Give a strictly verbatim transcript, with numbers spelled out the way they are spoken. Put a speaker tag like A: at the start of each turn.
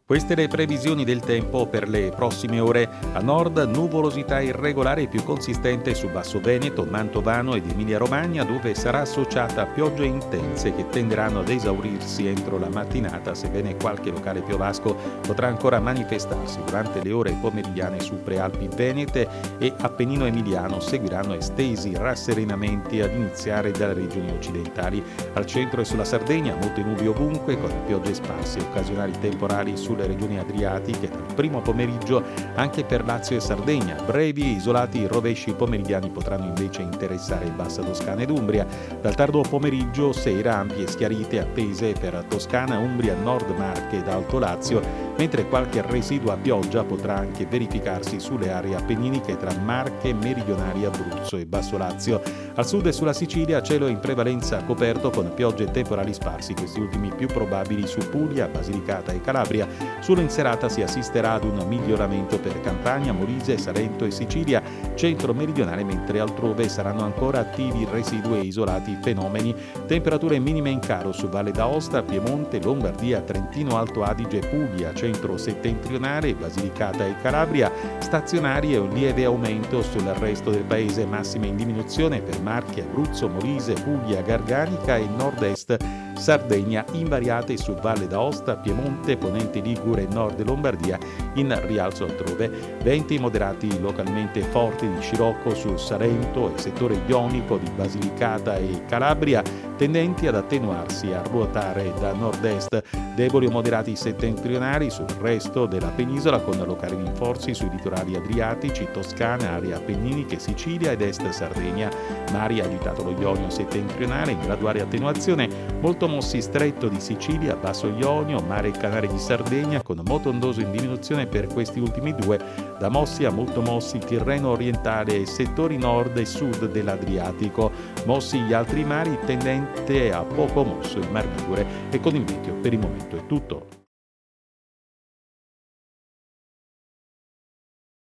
A: Queste le previsioni del tempo per le prossime ore. A nord nuvolosità irregolare più consistente su Basso Veneto, Mantovano ed Emilia-Romagna, dove sarà associata a piogge intense che tenderanno ad esaurirsi entro la mattinata, sebbene qualche locale piovasco potrà ancora manifestarsi durante le ore pomeridiane su Prealpi Venete e Appennino Emiliano. Seguiranno estesi rasserenamenti ad iniziare dalle regioni occidentali. Al centro e sulla Sardegna molte nubi ovunque, con piogge sparse e occasionali temporali sulle regioni adriatiche dal primo pomeriggio anche per Lazio e Sardegna. Brevi e isolati rovesci pomeridiani potranno invece interessare Bassa Toscana ed Umbria. Dal tardo pomeriggio sera ampie schiarite attese per Toscana, Umbria, Nord Marche ed Alto Lazio, mentre qualche residua pioggia potrà anche verificarsi sulle aree appenniniche tra Marche, Meridionali, Abruzzo e Basso Lazio. Al sud e sulla Sicilia cielo in prevalenza coperto con piogge temporali sparsi, questi ultimi più probabili su Puglia, Basilicata e Calabria. Solo in serata si assisterà ad un miglioramento per Campania, Molise, Salento e Sicilia, centro meridionale, mentre altrove saranno ancora attivi residui e isolati fenomeni. Temperature minime in calo su Valle d'Aosta, Piemonte, Lombardia, Trentino, Alto Adige, Puglia, centro settentrionale, Basilicata e Calabria, stazionarie e un lieve aumento sul resto del paese, massime in diminuzione per Marche, Abruzzo, Molise, Puglia, Garganica e nord-est Sardegna, invariate su Valle d'Aosta, Piemonte, Ponente Ligure e Nord Lombardia, in rialzo altrove. Venti moderati localmente forti di scirocco sul Salento e settore ionico di Basilicata e Calabria, tendenti ad attenuarsi e a ruotare da nord-est. Deboli o moderati settentrionali sul resto della penisola, con locali rinforzi sui litorali adriatici, Toscana, area appenniniche, Sicilia ed est Sardegna. Mari agitato lo Ionio settentrionale in graduale attenuazione, molto mossi stretto di Sicilia, basso Ionio, mare e Canale di Sardegna, con moto ondoso in diminuzione per questi ultimi due, da mossi a molto mossi Tirreno orientale e settori nord e sud dell'Adriatico. Mossi gli altri mari, tendente a poco mosso il Mar Ligure. E con il meteo per il momento è tutto.